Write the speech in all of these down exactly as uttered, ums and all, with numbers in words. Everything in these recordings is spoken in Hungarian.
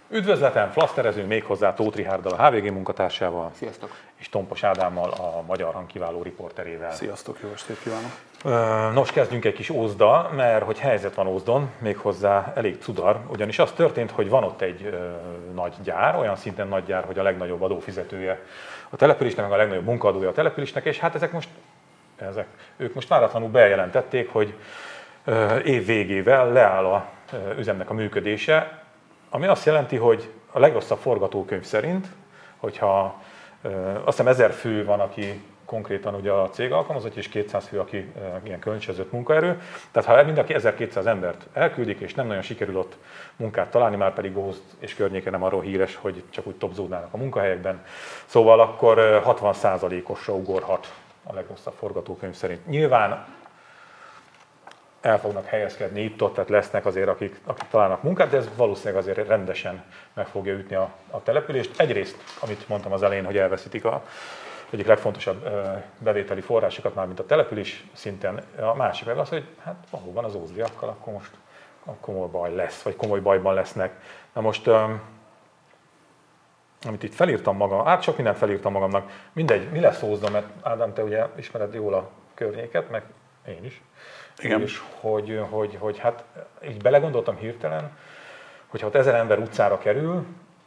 Üdvözletem, flaszterezünk méghozzá Tóth Richárddal, a há vé gé munkatársával. Sziasztok! És Tompos Ádámmal, a Magyar Hang kiváló riporterével. Sziasztok, jó estét kívánok! Nos, kezdjünk egy kis Ózda, mert hogy helyzet van Ózdon, méghozzá elég cudar, ugyanis az történt, hogy van ott egy ö, nagy gyár, olyan szinten nagy gyár, hogy a legnagyobb adófizetője a településnek, meg a legnagyobb munkaadója a településnek, és hát ezek most, ezek, ők most váratlanul bejelentették, hogy ö, év végével leáll a ö, üzemnek a működése, ami azt jelenti, hogy a legrosszabb forgatókönyv szerint, hogyha ö, azt hiszem ezer fő van, aki konkrétan ugye a cég alkalmazott, és kétszáz fő, aki e, ilyen kölcsönzött munkaerő. Tehát ha mindenki ezerkétszáz embert elküldik, és nem nagyon sikerül ott munkát találni, már pedig Ózd és környéke nem arról híres, hogy csak úgy topzódnának a munkahelyekben, szóval akkor hatvan százalékosra ugorhat a legrosszabb forgatókönyv szerint. Nyilván el fognak helyezkedni itt-ott, tehát lesznek azért, akik, akik találnak munkát, de ez valószínűleg azért rendesen meg fogja ütni a, a települést. Egyrészt, amit mondtam az elején, hogy elveszítik a egyik legfontosabb bevételi forrásokat már, mint a település szinten. A másik meg az, hogy hát valóban az ózdiakkal akkor most komoly baj lesz, vagy komoly bajban lesznek. Na most, amit itt felírtam magam, hát sok mindent felírtam magamnak, mindegy, mi lesz Ózdon, mert Ádám, te ugye ismered jól a környéket, meg én is. Igen. És hogy, hogy, hogy hát így belegondoltam hirtelen, hogy ha ott ezer ember utcára kerül,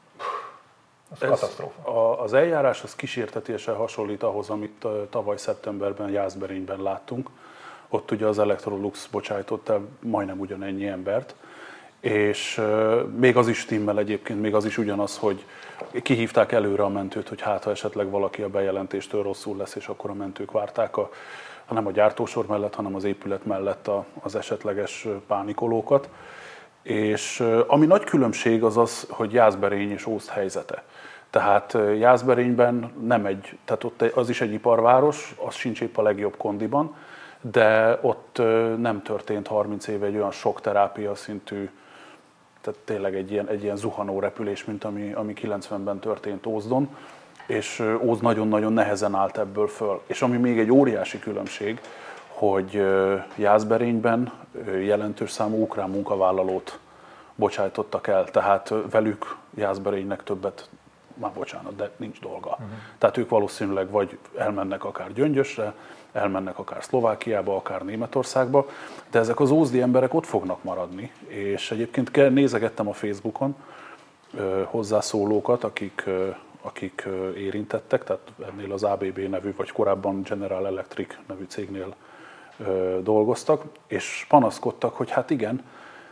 az katasztrófa. Az eljárás az kísértetéssel hasonlít ahhoz, amit tavaly szeptemberben Jászberényben láttunk. Ott ugye az Electrolux bocsájtott el majdnem ugyanennyi embert, és még az is stimmel egyébként, még az is ugyanaz, hogy kihívták előre a mentőt, hogy hát ha esetleg valaki a bejelentéstől rosszul lesz, és akkor a mentők várták a, nem a gyártósor mellett, hanem az épület mellett az esetleges pánikolókat. És ami nagy különbség az az, hogy Jászberény és Ózd helyzete. Tehát Jászberényben nem egy, tehát ott az is egy iparváros, az sincs épp a legjobb kondiban, de ott nem történt harminc éve egy olyan sokterápia szintű, tehát tényleg egy ilyen, egy ilyen zuhanó repülés, mint ami, ami kilencvenben történt Ózdon, és Ózd nagyon-nagyon nehezen állt ebből föl. És ami még egy óriási különbség, hogy Jászberényben jelentős számú ukrán munkavállalót bocsájtottak el, tehát velük Jászberénynek többet, már bocsánat, de nincs dolga. Uh-huh. Tehát ők valószínűleg vagy elmennek akár Gyöngyösre, elmennek akár Szlovákiába, akár Németországba, de ezek az ózdi emberek ott fognak maradni, és egyébként nézegettem a Facebookon hozzászólókat, akik, akik érintettek, tehát ennél az á bé bé nevű, vagy korábban General Electric nevű cégnél dolgoztak, és panaszkodtak, hogy hát igen,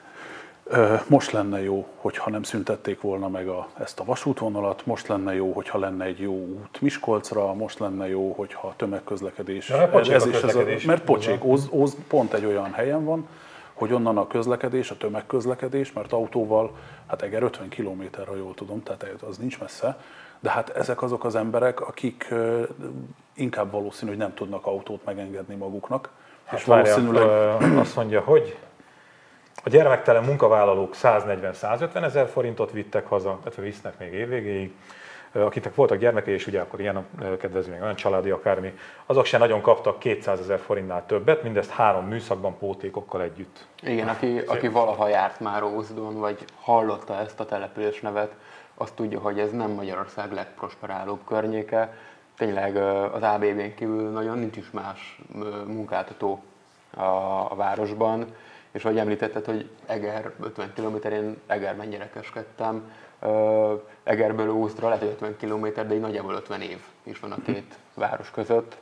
most lenne jó, hogyha nem szüntették volna meg a, ezt a vasútvonalat, most lenne jó, hogyha lenne egy jó út Miskolcra, most lenne jó, hogyha a tömegközlekedés... Ja, ez, ez a is ez a, mert pocsék, Ózd, Ózd pont egy olyan helyen van, hogy onnan a közlekedés, a tömegközlekedés, mert autóval, hát Eger ötven kilométer, ha jól tudom, tehát az nincs messze, de hát ezek azok az emberek, akik inkább valószínű, hogy nem tudnak autót megengedni maguknak. Hát és valószínűleg azt mondja, hogy a gyermektelen munkavállalók száznegyven-százötven ezer forintot vittek haza, illetve visznek még évvégéig. Akiknek voltak gyermekei, és ugye akkor ilyen a kedvezmény, olyan családi akármi, azok se nagyon kaptak kétszázezer forintnál többet, mindezt három műszakban pótékokkal együtt. Igen, aki, aki valaha járt már Ózdon, vagy hallotta ezt a település nevet, azt tudja, hogy ez nem Magyarország legprosperálóbb környéke. Tényleg az á bé bén kívül nagyon nincs is más munkáltató a, a városban. És ahogy említetted, hogy Eger ötven kilométer, én Egerben gyerekeskedtem. Egerből Ózdra lehet, hogy ötven kilométer, de így nagyjából ötven év is van a két város között.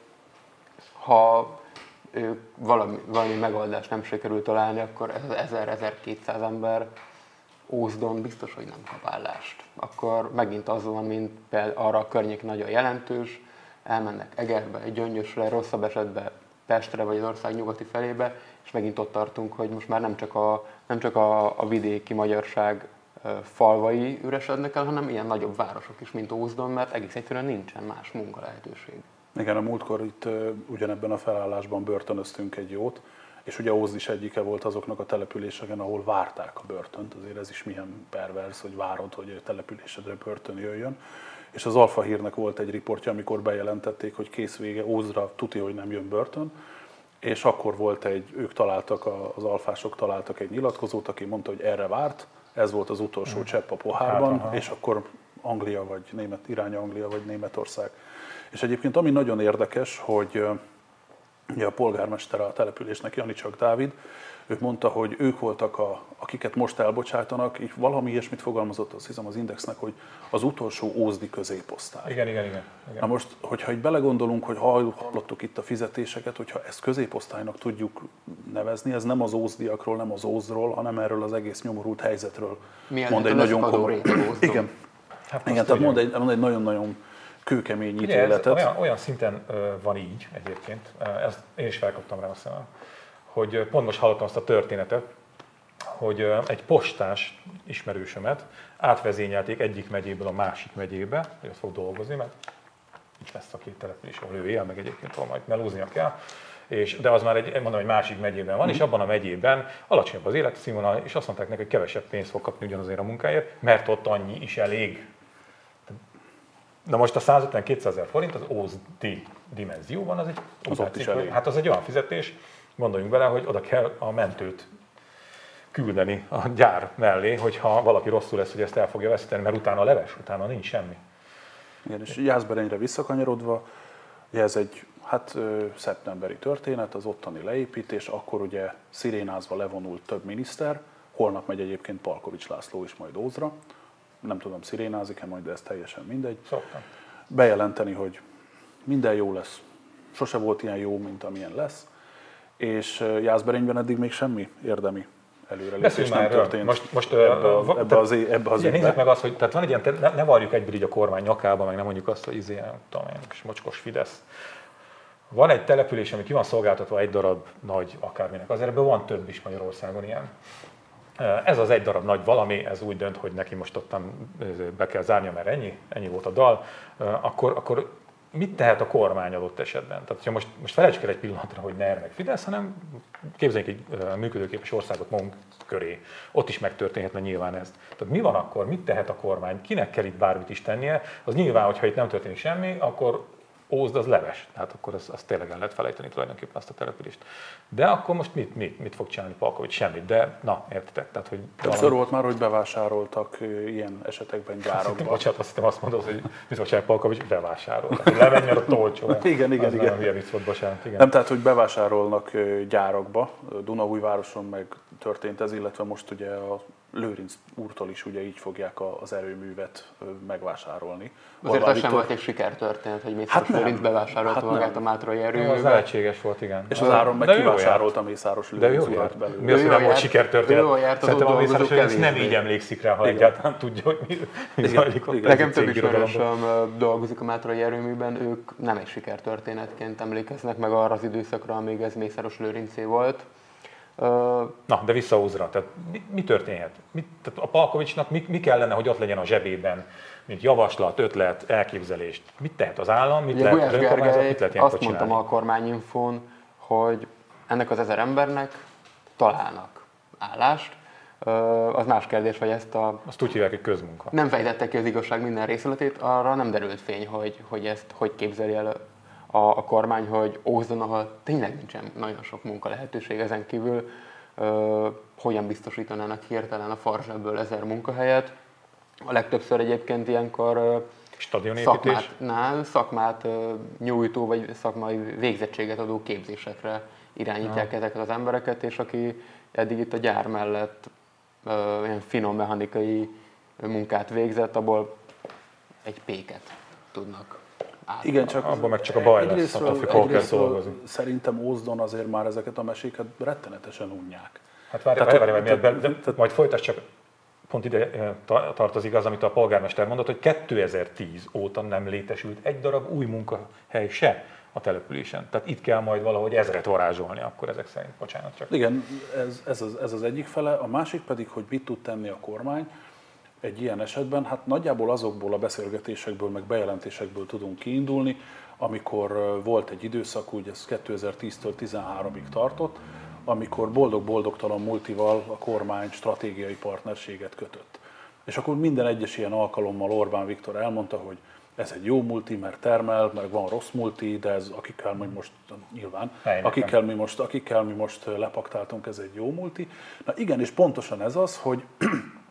Ha valami, valami megoldást nem sikerül találni, akkor ez az ezer-ezerkétszáz ember Ózdon biztos, hogy nem kap állást. Akkor megint az van, mint például arra a környék nagyon jelentős, elmennek Egerbe, Gyöngyösre, rosszabb esetben Pestre vagy az ország nyugati felébe, és megint ott tartunk, hogy most már nem csak a, nem csak a, a vidéki magyarság falvai üresednek el, hanem ilyen nagyobb városok is, mint Ózdon, mert egész egyszerűen nincsen más munkalehetőség. Igen, a múltkor itt uh, ugyanebben a felállásban börtönöztünk egy jót, és ugye Ózd is egyike volt azoknak a településeken, ahol várták a börtönt, azért ez is milyen pervers, hogy várod, hogy a településedre börtön jöjjön. És az Alfa Hírnek volt egy riportja, amikor bejelentették, hogy kész vége, Ózdra tuti, hogy nem jön börtön, és akkor volt egy, ők találtak, az alfások találtak egy nyilatkozót, aki mondta, hogy erre várt, ez volt az utolsó csepp a pohárban, hát, és akkor Anglia vagy Német, irány Anglia vagy Németország. És egyébként ami nagyon érdekes, hogy ugye a polgármestere a településnek, Janicsak Dávid, ő mondta, hogy ők voltak, a, akiket most elbocsájtanak, így valami ilyesmit fogalmazott, azt hiszem az Indexnek, hogy az utolsó ózdi középosztály. Igen, igen, igen, igen. Na most, hogyha így belegondolunk, hogy hallottuk itt a fizetéseket, hogyha ezt középosztálynak tudjuk nevezni, ez nem az ózdiakról, nem az ózdról, hanem erről az egész nyomorult helyzetről. Milyen mond egy nagyon komoly... Igen, hát igen tehát mond egy, mond egy nagyon-nagyon kőkemény ítéletet. Olyan, olyan szinten uh, van így egyébként, uh, ezt én is felkaptam rá a szemem, hogy uh, pont most hallottam azt a történetet, hogy uh, egy postás ismerősömet átvezényelték egyik megyéből a másik megyébe, hogy ott fog dolgozni, mert itt lesz a két település, ahol ő él, meg egyébként ahol majd melóznia kell. És, de az már egy, mondom, egy másik megyében van, mm. és abban a megyében alacsonyabb az életszínvonal, és azt mondták neki, hogy kevesebb pénzt fog kapni ugyanazért a munkáért, mert ott annyi is elég. Na most a százötven-kétszázezer forint az ózdi dimenzióban, az egy, az ott is elég. Hát az egy olyan fizetés, gondoljunk bele, hogy oda kell a mentőt küldeni a gyár mellé, hogyha valaki rosszul lesz, hogy ezt el fogja veszíteni, mert utána leves, utána nincs semmi. Igen, és Jászberényre visszakanyarodva, ugye ez egy hát szeptemberi történet, az ottani leépítés, akkor ugye szirénázva levonult több miniszter, holnap megy egyébként Palkovics László is majd Ózra, nem tudom szirénázik-e majd, de ez teljesen mindegy. Szoktam. Bejelenteni, hogy minden jó lesz, sose volt ilyen jó, mint amilyen lesz, és Jászberényben eddig még semmi érdemi előrelépés nem történt. Most, most ebbe, a, ebbe az, ebbe az nézzük meg azt, hogy tehát van egy ilyen, ne, ne varjuk egyből így a kormány nyakába, meg nem mondjuk azt, hogy izé, nem tudom én, kis mocskos Fidesz. Van egy település, ami ki van szolgáltatva egy darab nagy akárminek, azért ebben van több is Magyarországon ilyen. Ez az egy darab nagy valami, ez úgy dönt, hogy neki most ottan be kell zárnia, mert ennyi, ennyi volt a dal, akkor, akkor mit tehet a kormány adott esetben? Tehát, ha most, most felejtsük el egy pillanatra, hogy NER meg Fidesz, hanem képzeljünk egy működőképes országot magunk köré. Ott is megtörténhetne nyilván ez. Tehát mi van akkor, mit tehet a kormány, kinek kell itt bármit is tennie? Az nyilván, hogyha itt nem történik semmi, akkor Ózd az leves, tehát akkor azt az tényleg el lehet felejteni tulajdonképpen azt a települést. De akkor most mit, mit, mit fog csinálni Palkovics? Semmit, de na, értitek. Tehát, hogy többször valami... volt már, hogy bevásároltak ilyen esetekben gyárakba. Bocsánat, azt hittem azt mondod, hogy mit fog csinálni Palkovics, bevásároltak. Hogy lemenjen a tolcsó. Igen, igen, az igen. Nem, vicc volt, bocsánat, igen. Nem, tehát, hogy bevásárolnak gyárakba. Dunaújvároson meg történt ez, illetve most ugye a Lőrinc úrtól is ugye így fogják az erőművet megvásárolni. Azért az sem volt egy sikertörténet, hogy Mészáros hát Lőrinc bevásárolta hát magát a Mátrai erőművet. Az lehetséges volt, igen. És az áron meg kivásárolta Mészáros Lőrinc urat belőle. Mi az, hogy nem volt sikertörténet? Szerintem a Mészáros Lőrinc nem így emlékszik rá, ha egyáltalán tudja, hogy mi, mi zajlik ott. Nekem több ismerősöm dolgozik a Mátrai erőműben, ők nem egy sikertörténetként emlékeznek meg arra az időszakra, amíg ez Mészáros Lőrincé volt. Na, de vissza Ózra. Tehát mi, mi történhet? Mi, tehát a Palkovicsnak mi, mi kellene, hogy ott legyen a zsebében, mint javaslat, ötlet, elképzelést? Mit tehet az állam, mit ugye, lehet Gulyás az önkormányzat, mit lehet ilyenkor azt mondtam a kormányinfón, hogy ennek az ezer embernek találnak állást. Az más kérdés, hogy ezt a... Azt úgy hívják, hogy közmunka. Nem fejtette ki az igazság minden részletét, arra nem derült fény, hogy, hogy ezt hogy képzeli el a, a kormány, hogy Ózdon, ahol tényleg nincsen nagyon sok munka lehetőség ezen kívül, uh, hogyan biztosítanának hirtelen a farzsebből ezer munkahelyet. A legtöbbször egyébként ilyenkor uh, szakmát, szakmát uh, nyújtó vagy szakmai végzettséget adó képzésekre irányítják ja. ezeket az embereket, és aki eddig itt a gyár mellett uh, ilyen finom mechanikai munkát végzett, abból egy péket tudnak. Igen, csak abban meg csak a baj lesz, attól függ, hol kell dolgozni. Szerintem Ózdon azért már ezeket a meséket rettenetesen unják. Hát várj, várj, várj, várj, várj, de, de, majd folytasd, csak pont ide tartozik az, amit a polgármester mondott, hogy kétezer-tíz óta nem létesült egy darab új munkahely se a településen. Tehát itt kell majd valahogy ezret varázsolni akkor ezek szerint. Bocsánat csak. Igen, ez, ez, az, ez az egyik fele. A másik pedig, hogy mit tud tenni a kormány egy ilyen esetben, hát nagyjából azokból a beszélgetésekből, meg bejelentésekből tudunk kiindulni, amikor volt egy időszak, úgy ez kétezer-tíztől tizenháromig tartott, amikor boldog-boldogtalan multival a kormány stratégiai partnerséget kötött. És akkor minden egyes ilyen alkalommal Orbán Viktor elmondta, hogy ez egy jó multi, mert termel, meg van rossz multi, de ez akikkel mi most nyilván, akikkel mi most, akikkel mi most lepaktáltunk, ez egy jó multi. Na igen, és pontosan ez az, hogy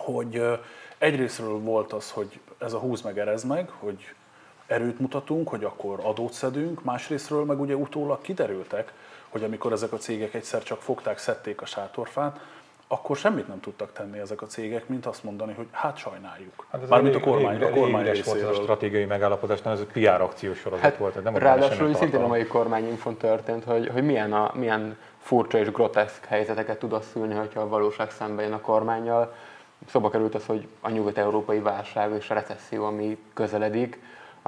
hogy egyrésztről volt az, hogy ez a húz meg, erez meg, hogy erőt mutatunk, hogy akkor adót szedünk, másrésztről meg ugye utólag kiderültek, hogy amikor ezek a cégek egyszer csak fogták, szedték a sátorfát, akkor semmit nem tudtak tenni ezek a cégek, mint azt mondani, hogy hát sajnáljuk. Hát ez Mármint a, a kormány, a kormány részéről. Volt a stratégiai megállapodás, nem ez a pé er akciós sorozat hát, volt. Nem ráadásul szintén a mai kormányinfon történt, hogy, hogy milyen, a, milyen furcsa és groteszk helyzeteket tud az szülni, hogyha a valóság szembe jön a kormánnyal. Szóba került az, hogy a nyugat-európai válság és a recesszió, ami közeledik.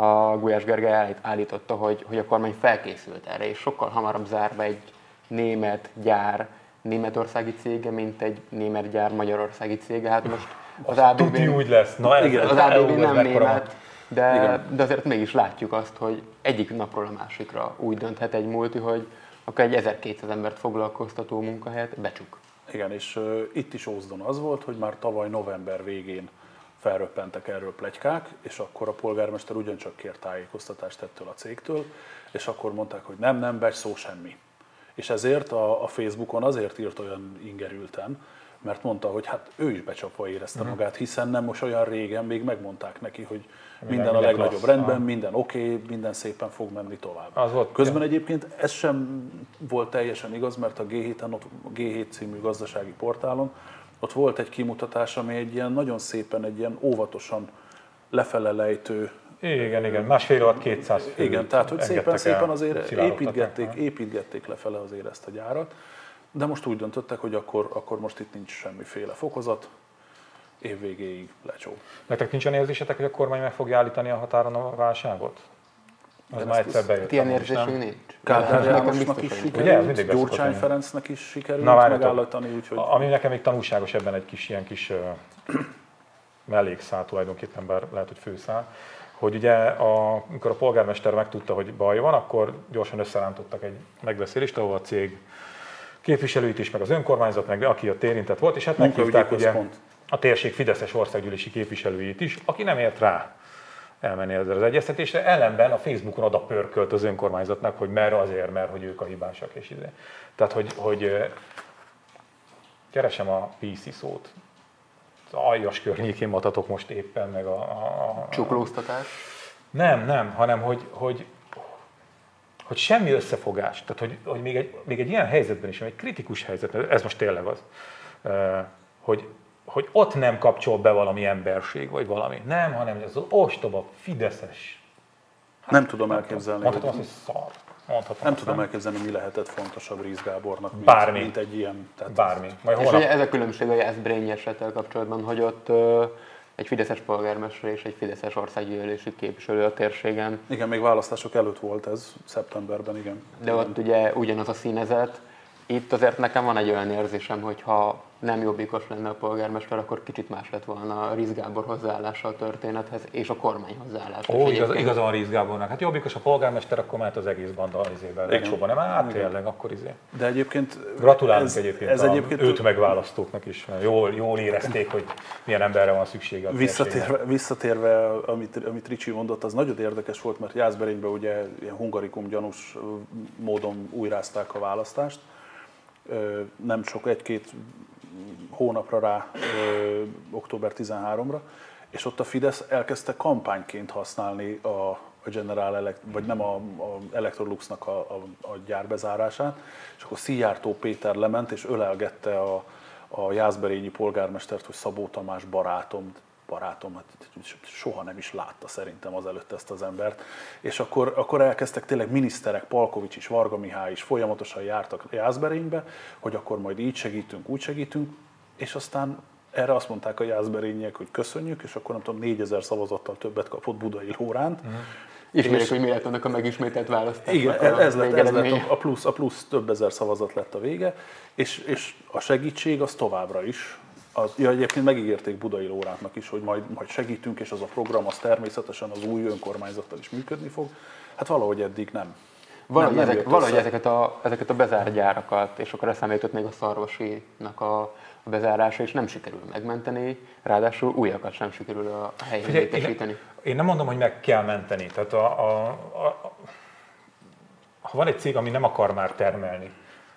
A Gulyás Gergely állította, hogy, hogy a kormány felkészült erre, és sokkal hamarabb zár be egy német gyár németországi cége, mint egy német gyár magyarországi cége. Hát most az á bé bé, Tuti úgy lesz. Na, ez, az á bé bé nem német, de, de azért mégis látjuk azt, hogy egyik napról a másikra úgy dönthet egy multi, hogy akkor egy ezerkétszáz embert foglalkoztató munkahelyet becsuk. Igen, és uh, itt is Ózdon az volt, hogy már tavaly november végén felröppentek erről pletykák, és akkor a polgármester ugyancsak kért tájékoztatást ettől a cégtől, és akkor mondták, hogy nem, nem, becs, szó semmi. És ezért a, a Facebookon azért írt olyan ingerülten, mert mondta, hogy hát ő is becsapva érezte uh-huh. magát, hiszen nem most olyan régen még megmondták neki, hogy minden, minden a legnagyobb klassz. rendben, uh-huh. minden oké, okay, minden szépen fog menni tovább. Az volt, Közben ja. egyébként ez sem volt teljesen igaz, mert a gé héten, ott, a gé hét című gazdasági portálon ott volt egy kimutatás, ami egy ilyen nagyon szépen, egy ilyen óvatosan lefele lejtő. Igen, igen, másfél alatt kétszáz fő. Igen, tehát hogy szépen, szépen azért építgették, építgették lefele azért ezt a gyárat, de most úgy döntöttek, hogy akkor, akkor most itt nincs semmiféle fokozat, év végéig lecsó. Nektek nincs olyan érzésetek, hogy a kormány meg fogja állítani a határon a válságot? Az már egyszer bejött. Ilyen érzésünk nincs. Kádár Jánosnak is sikerült, Gyurcsány Ferencnek is sikerült megállítani, úgyhogy... Ami nekem még tanulságos ebben egy kis ilyen kis uh, mellékszál tulajdonképpen, bár lehet, hogy főszál, hogy ugye a, amikor a polgármester megtudta, hogy baj van, akkor gyorsan összerántottak egy megbeszélést, ahol a cég képviselőit is, meg az önkormányzat, meg aki ott érintett volt, és hát meghívták ugye a térség fideszes országgyűlési képviselőit is, aki nem ért rá elmenni ezzel az egyeztetésre. Ellenben a Facebookon oda pörkölt az önkormányzatnak, hogy mert azért, mert hogy ők a hibásak és ide. Tehát, hogy, hogy keresem a pé cé szót. Az aljas környékén matatok most éppen, meg a... a, a csuklóztatás? Nem, nem, hanem hogy, hogy, hogy semmi összefogás. Tehát, hogy, hogy még, egy, még egy ilyen helyzetben is, egy kritikus helyzetben, ez most tényleg az, hogy hogy ott nem kapcsol be valami emberség, vagy valami. Nem, hanem ez az ostoba, fideszes. Hát, nem tudom elképzelni. Mondhatom azt, hogy szar. Mondhatom nem azt, tudom nem? elképzelni, mi lehetett fontosabb Rész Gábornak, mint, Bármi. mint egy ilyen. Tehát Bármi. Majd és ugye ez a különbség a Jászberényi esettel kapcsolatban, hogy ott ö, egy fideszes polgármester és egy fideszes országgyűlési képviselő a térségen. Igen, még választások előtt volt ez, szeptemberben, igen. De igen. ott ugye ugyanaz a színezet. Itt azért nekem van egy olyan érzésem, hogy ha nem jobbikos lenne a polgármester, akkor kicsit más lett volna a Riesz Gábor hozzáállása a történethez, és a kormány hozzáállása. Ó, igaz, igaz van Riesz Gábornak. Hát jobbikos a polgármester, akkor mehet az egész banda izében. Legsóban nem, hát tényleg, akkor izé. De egyébként... Gratulálunk ez, egyébként, ez a egyébként őt megválasztóknak is, mert jól, jól érezték, hogy milyen emberre van szüksége a visszatérve, visszatérve, amit, amit Ricsi mondott, az nagyon érdekes volt, mert Jászberényben ugye ilyen hungarikum gyanús módon újrázták a választást. Nem sok, egy-két hónapra rá, ö, október tizenharmadikára, és ott a Fidesz elkezdte kampányként használni a, a General Elect, vagy nem a, a Electroluxnak a, a, a gyár bezárását, és akkor Szijjártó Péter lement és ölelgette a, a jászberényi polgármestert, hogy Szabó Tamás barátom, barátom, hát soha nem is látta szerintem azelőtt ezt az embert. És akkor, akkor elkezdtek tényleg miniszterek, Palkovics is, Varga Mihály is folyamatosan jártak Jászberénybe, hogy akkor majd így segítünk, úgy segítünk, és aztán erre azt mondták a jászberényiek, hogy köszönjük, és akkor nem tudom, négyezer szavazattal többet kapott Budai Lóránt. Uh-huh. Ismerjük, hogy mi lett annak a megismételt választásnak. Igen, ez lett, ez lett a, plusz, a plusz több ezer szavazat lett a vége, és, és a segítség az továbbra is. Az, ja, egyébként megígérték Budai Lórántnak is, hogy majd, majd segítünk, és az a program az természetesen az új önkormányzattal is működni fog. Hát valahogy eddig nem. Valahogy, nem, nem ezek, valahogy ezeket, a, ezeket a bezárt gyárakat, és akkor eszembe jutott még a Szarvasinak a, a bezárása, és nem sikerül megmenteni, ráadásul újakat sem sikerül a helyén létesíteni. Én, én nem mondom, hogy meg kell menteni. Tehát a, a, a, ha van egy cég, ami nem akar már termelni,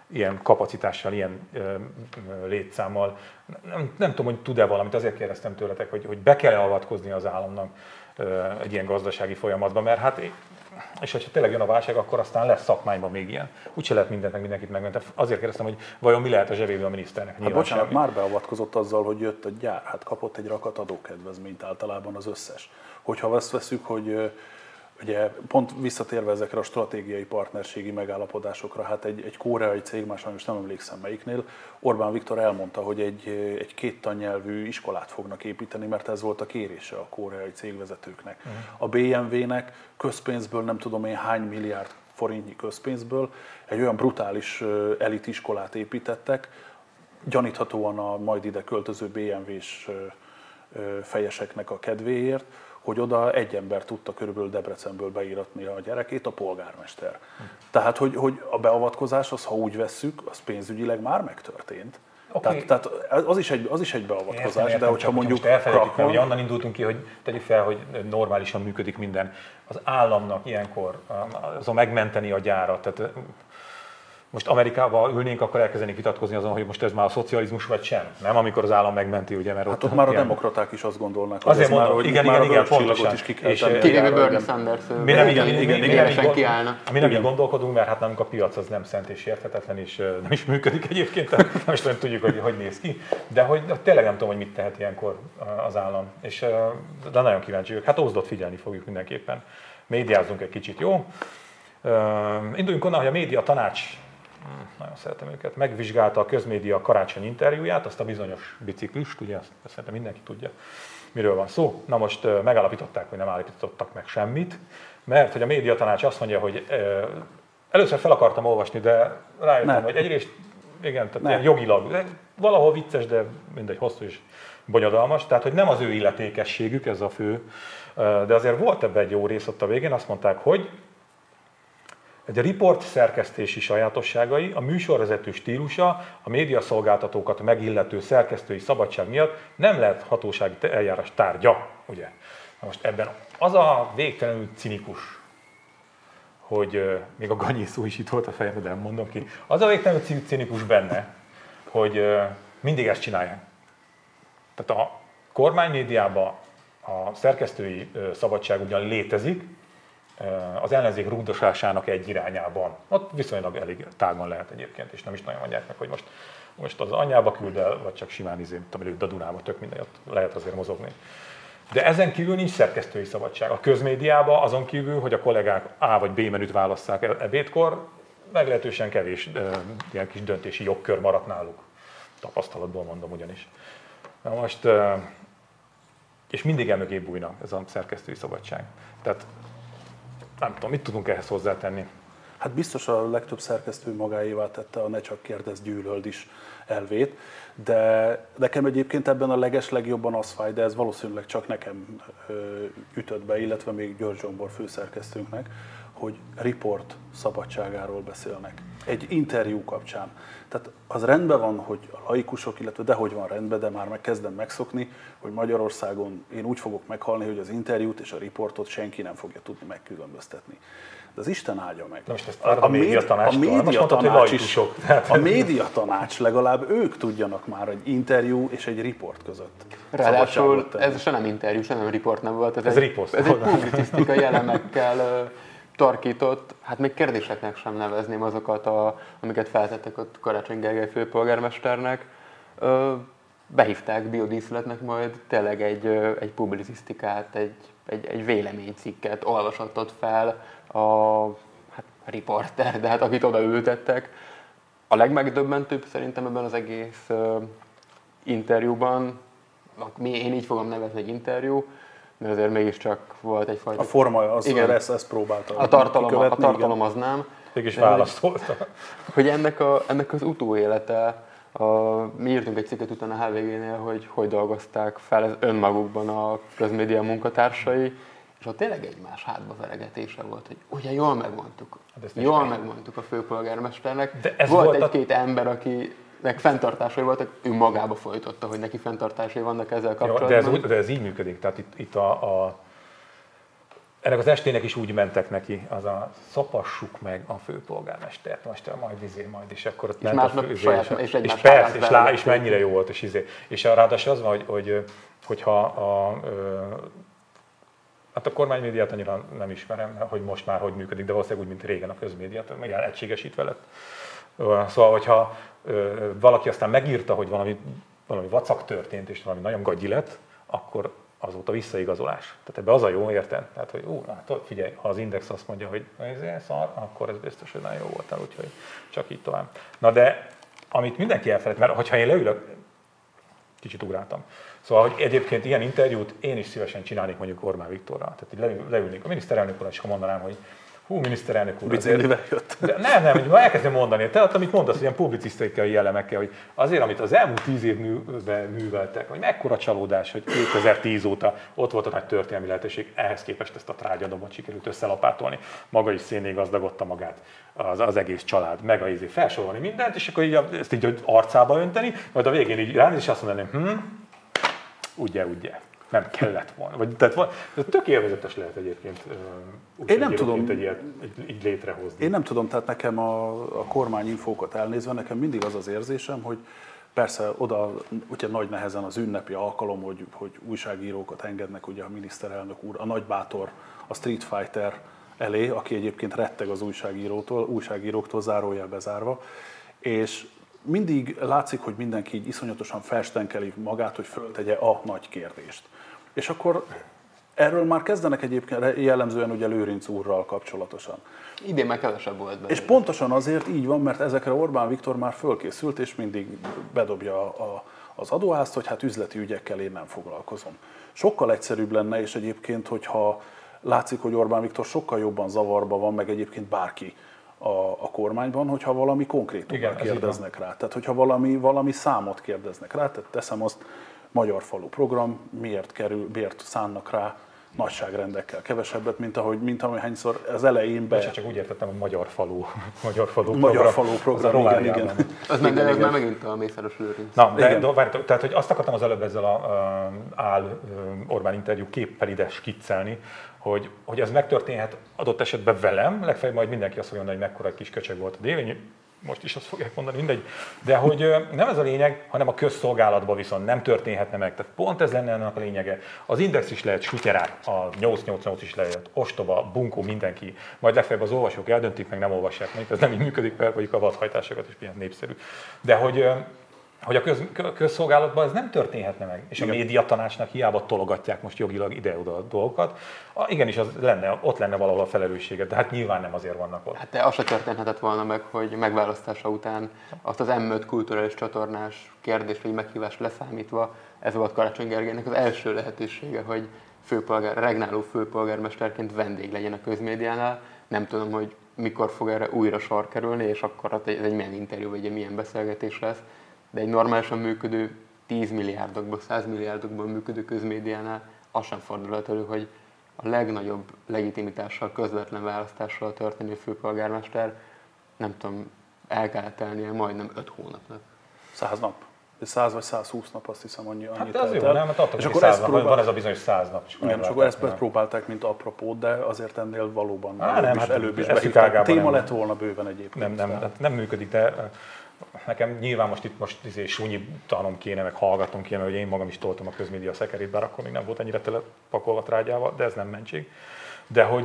ilyen kapacitással, ilyen ö, létszámmal. Nem, nem tudom, hogy tud-e valamit, azért kérdeztem tőletek, hogy, hogy be kell avatkozni az államnak ö, egy ilyen gazdasági folyamatban, mert hát, és hogyha tényleg jön a válság, akkor aztán lesz szakmányban még ilyen. Úgyse lehet mindent meg mindenkit megmenteni. Azért kérdeztem, hogy vajon mi lehet a zsebében a miniszternek. Hát bocsánat, semmi. Már beavatkozott azzal, hogy jött a gyár, hát kapott egy rakat adókedvezményt általában az összes. Hogyha azt veszük, hogy ugye pont visszatérve ezekre a stratégiai partnerségi megállapodásokra, hát egy, egy koreai cég, már sajnos nem emlékszem melyiknél, Orbán Viktor elmondta, hogy egy, egy két tannyelvű iskolát fognak építeni, mert ez volt a kérése a koreai cégvezetőknek. Uh-huh. A bé em vé-nek közpénzből nem tudom én hány milliárd forintnyi közpénzből egy olyan brutális elitiskolát építettek, gyaníthatóan a majd ide költöző bé em vé-s fejeseknek a kedvéért, hogy oda egy ember tudta körülbelül Debrecenből beíratni a gyerekét, a polgármester. Hm. Tehát, hogy, hogy a beavatkozás, az, ha úgy vesszük, az pénzügyileg már megtörtént. Okay. Tehát, tehát az, is egy, az is egy beavatkozás, értem, értem, de hogyha mondjuk... Most elfelejtjük, mert onnan indultunk ki, hogy tegyük fel, hogy normálisan működik minden. Az államnak ilyenkor azon megmenteni a gyárat. Tehát, most Amerikában ülnénk, akkor elkezdenénk vitatkozni azon, hogy most ez már a szocializmus vagy sem. Nem, amikor az állam megmenti, ugye, mert hát ott, ott már a demokraták is azt gondolnak, hogy azért mondom, már, hogy igen, igen, igen, pontosan. Is ki kell és kivéve Bernie Sanders, mi nem így kiállna. Mi nem így gondolkodunk, mert hát nálunk a piac az nem szent és érthetetlen, és nem is működik egyébként, nem is nem tudjuk, hogy hogy néz ki. De hogy tényleg nem tudom, hogy mit tehet ilyenkor az állam. És de nagyon kíváncsi vagyok. Hát Ózdot figyelni fogjuk mindenképpen. Médiázzunk egy kicsit, jó? Induljunk onnan, hogy a média tanács, nagyon szeretem őket, megvizsgálta a közmédia Karácsony interjúját, azt a bizonyos biciklist, ugye azt szerintem mindenki tudja, miről van szó. Na most megállapították, hogy nem állapítottak meg semmit, mert hogy a média tanács azt mondja, hogy először fel akartam olvasni, de rájöttem, ne. hogy egyrészt igen, tehát ilyen jogilag, valahol vicces, de mindegy, hosszú és bonyodalmas, tehát hogy nem az ő illetékességük, ez a fő, de azért volt ebben egy jó rész ott a végén, azt mondták, hogy egy a riport szerkesztési sajátosságai, a műsorvezető stílusa, a médiaszolgáltatókat megillető szerkesztői szabadság miatt nem lehet hatósági eljárás tárgya, ugye? Na most ebben az a végtelenül cinikus, hogy euh, még a Ganyi szó is itt volt a fejemben, de nem mondom ki, az a végtelenül cinikus benne, hogy euh, mindig ezt csinálják. Tehát a kormánymédiában a szerkesztői euh, szabadság ugyan létezik, az ellenzék rúgdosásának egy irányában. Ott viszonylag elég tágan lehet egyébként, és nem is nagyon mondják meg, hogy most, most az anyjába küld el, vagy csak simán izé, tudom, a Dunába, tök minden, ott lehet azért mozogni. De ezen kívül nincs szerkesztői szabadság. A közmédiában azon kívül, hogy a kollégák A vagy B menüt válasszák ebédkor, meglehetősen kevés e, ilyen kis döntési jogkör maradt náluk. Tapasztalatból mondom ugyanis. Na most, e, és mindig emögé bújna ez a szerkesztői szabadság. Tehát nem tudom, mit tudunk ehhez hozzátenni? Hát biztos a legtöbb szerkesztő magáévá tette a ne csak kérdezz, gyűlöld is elvét, de nekem egyébként ebben a leges legjobban az fáj, de ez valószínűleg csak nekem ütött be, illetve még György Zsombor főszerkesztőnknek, hogy riport szabadságáról beszélnek. Egy interjú kapcsán. Tehát az rendben van, hogy a laikusok, illetve dehogy van rendben, de már meg kezdem megszokni, hogy Magyarországon én úgy fogok meghalni, hogy az interjút és a riportot senki nem fogja tudni megkülönböztetni. De az Isten áldja meg. Most ezt a, a médiatanács, a médiatanács is, a médiatanács legalább ők tudjanak már egy interjú és egy riport között. Ráadásul ez se nem interjú, se nem riport nem volt. Ez, ez, egy, riposzt, ez egy publicisztikai elemekkel tarkított, hát még kérdéseknek sem nevezném azokat, a, amiket feltettek ott Karácsony Gergely főpolgármesternek. Behívták biodíszletnek majd tényleg egy, egy publicisztikát, egy, egy, egy véleménycikket olvashatott fel a hát, riporter, de hát akit odaültettek. A legmegdöbbentőbb szerintem ebben az egész uh, interjúban, én így fogom nevezni egy interjú, mert azért mégiscsak volt egyfajta... A forma, az igen, ezt, ezt próbálta a tartalom, a tartalom az nem. Mégis válaszolta. Hogy ennek, a, ennek az utóélete, a, mi írtunk egy cikket utána a há vé génél, hogy hogy dolgozták fel ez önmagukban a közmédia munkatársai, és ott tényleg egymás hátba veregetése volt, hogy ugye jól megmondtuk, hát jól megmondtuk a főpolgármesternek. De ez volt, volt egy-két a... ember, aki meg fenntartásai voltak, ő magába folytotta, hogy neki fenntartásai vannak ezzel kapcsolatban. Ja, de, ez, de ez így működik, tehát itt, itt a, a ennek az estének is úgy mentek neki, az a szopassuk meg a főpolgármestert, most majd izé, majd is akkor ott és ment másnap a fő, saját, és, és, és, és persze, és, lá, és mennyire jó volt, és izé. És ráadásul az van, hogy, hogy hogyha a, hát a kormánymédiát annyira nem ismerem, hogy most már hogy működik, de valószínűleg úgy, mint régen a közmédiát, meg egységesítve lett. Szóval, hogyha valaki aztán megírta, hogy valami, valami vacak történt, és valami nagyon gagyi lett, akkor azóta visszaigazolás. Tehát ebbe az a jó, érted? Tehát, hogy ú, hát figyelj, ha az Index azt mondja, hogy ez szar, akkor ez biztos, hogy nagyon jó voltál, úgyhogy csak így tovább. Na de, amit mindenki elfelejt, mert hogyha én leülök, kicsit ugráltam. Szóval, hogy egyébként ilyen interjút én is szívesen csinálnék mondjuk Orbán Viktorral. Tehát így leülnék a miniszterelnök úrral, és akkor mondanám, hogy hú, miniszterelnök úr, biciklivel jött. De nem, nem, hogy elkezdem mondani, tehát amit mondasz, ilyen publicisztikai jellemekkel, hogy azért, amit az elmúlt tíz évben műveltek, hogy mekkora csalódás, hogy kétezer-tíz óta ott volt a nagy történelmi lehetőség, ehhez képest ezt a trágyadomot sikerült összelapátolni, maga is szénné gazdagodta magát, az, az egész család, meg a izé felsorolni mindent, és akkor így ezt így arcába önteni, majd a végén így ránéz, és azt mondani, hm, ugye, ugye. Nem kellett volna. Vagy, tehát van, tök élvezetes lehet egyébként én nem tudom, egy ilyet így létrehozni. Én nem tudom, tehát nekem a, a kormányinfókat elnézve, nekem mindig az az érzésem, hogy persze oda ugye nagy nehezen az ünnepi alkalom, hogy, hogy újságírókat engednek ugye a miniszterelnök úr, a nagybátor, a Street Fighter elé, aki egyébként retteg az újságírótól, újságíróktól zárójel bezárva, és mindig látszik, hogy mindenki így iszonyatosan felstenkeli magát, hogy föltegye a nagy kérdést. És akkor erről már kezdenek egyébként jellemzően ugye Lőrinc úrral kapcsolatosan. Idén már kevesebb volt belőle. És pontosan azért így van, mert ezekre Orbán Viktor már fölkészült, és mindig bedobja a, az adóázt, hogy hát üzleti ügyekkel én nem foglalkozom. Sokkal egyszerűbb lenne, és egyébként, hogyha látszik, hogy Orbán Viktor sokkal jobban zavarba van, meg egyébként bárki a, a kormányban, hogyha valami konkrétummal kérdeznek rá. Tehát, hogyha valami, valami számot kérdeznek rá, tehát teszem azt, Magyar Falu program, miért kerül, miért szánnak rá nagyságrendekkel kevesebbet, mint ahogy, mint amihányszor az elején be... Csak, csak úgy értettem, hogy Magyar Falu, Magyar Falu Magyar program. Falu program, az igen, igen. Az meg, ez már megint a Mészáros Lőrinc. Na, de, de várjátok, tehát, hogy azt akartam az előbb ezzel a, a áll Orbán interjú képpel ide skiccelni, hogy, hogy ez megtörténhet adott esetben velem, legfeljebb majd mindenki azt fogja mondani, hogy mekkora egy kis köcsög volt a Dévényi, most is azt fogják mondani, mindegy. De hogy nem ez a lényeg, hanem a közszolgálatban viszont nem történhetne meg. Tehát pont ez lenne ennek a lényege. Az Index is lehet sutyerák, a nyolc nyolc nyolc is lehet, ostoba, bunkó, mindenki. Majd legfeljebb az olvasók eldöntik, meg nem olvassák. Mondjuk ez nem így működik, mert mondjuk a vadhajtásokat is ilyen népszerű. De hogy, hogy a köz, közszolgálatban ez nem történhetne meg. És igen. A médiatanácsnak hiába tologatják most jogilag ide-oda a dolgokat. A, igenis, az lenne, ott lenne valahol a felelőssége, de hát nyilván nem azért vannak ott. Hát de az se történhetett volna meg, hogy megválasztása után azt az em öt kulturális csatornás kérdést vagy meghívást leszámítva, ez volt Karácsony Gergelynek az első lehetősége, hogy főpolgár, regnáló főpolgármesterként vendég legyen a közmédiánál. Nem tudom, hogy mikor fog erre újra sor kerülni, és akkor ez egy milyen interjú vagy egy milyen beszélgetés lesz. De egy normálisan működő tíz milliárdokból, száz milliárdokból működő közmédiánál az sem fordulhat elő, hogy a legnagyobb legitimitással, közvetlen választással történő főpolgármester, nem tudom, el kellett telnie majdnem öt hónapnak. Száz nap. száz vagy száz húsz nap, azt hiszem, annyi, annyit hát ez jó, el. nem? Hát adtak, és akkor ezt nap, próbál... van ez a bizonyos száz nap. Igen, és akkor ezt próbálták, mint apropót, de azért ennél valóban Á, előbb, nem, is, hát előbb is behívták. Téma lett volna bőven egyébként. Nem, nem, nem, nem működik, de nekem nyilván most itt most izé, súnyi tanom kéne, meg hallgatom kéne, hogy én magam is toltam a közmédia szekerét, bár akkor még nem volt ennyire telepakolva trágyával, de ez nem mentség. De hogy,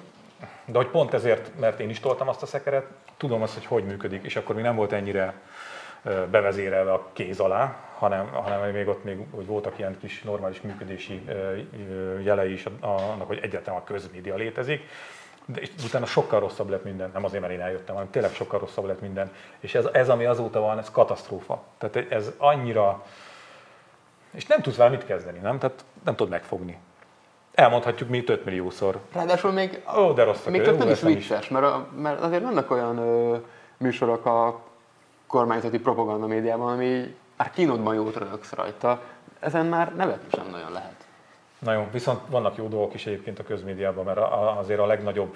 de hogy pont ezért, mert én is toltam azt a szekeret, tudom azt, hogy hogy működik, és akkor még nem volt ennyire bevezérelve a kéz alá, hanem, hanem még ott még hogy voltak ilyen kis normális működési jelei is annak, hogy egyáltalán a közmédia létezik. De utána sokkal rosszabb lett minden, nem azért, mert én eljöttem, hanem tényleg sokkal rosszabb lett minden. És ez, ez ami azóta van, ez katasztrófa. Tehát ez annyira... És nem tudsz vele mit kezdeni, nem? Tehát nem tudod megfogni. Elmondhatjuk mi öt milliószor. Ráadásul még, Ó, de rossz még csak nem is vicces, mert, a, mert azért vannak olyan ö, műsorok a kormányzati propaganda médiában, ami már kínodban jót röhögsz rajta. Ezen már nevetni sem nagyon lehet. Na jó, viszont vannak jó dolgok is egyébként a közmédiában, mert azért a legnagyobb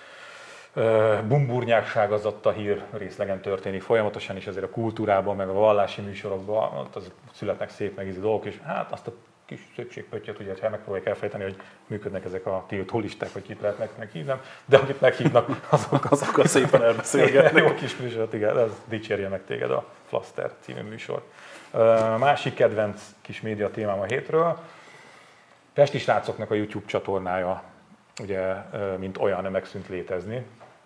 bumburnyákság az ott a hír részlegen történik folyamatosan, is azért a kultúrában, meg a vallási műsorokban, ott az születnek szép megízű dolgok, és hát azt a kis szépségpöttyöt, ugye, ha megpróbálják elfejteni, hogy működnek ezek a tiltó listák, hogy kit lehet meghívni, de akit meghívnak, azok, azokkal szépen elbeszélgetnek. Jó kis műsor, igen, ez dicsérje meg téged a Flaster című műsor. Másik kedvenc kis média témám a hétről, Pesti srácoknak a YouTube csatornája, ugye, mint olyan megszűnt létezni.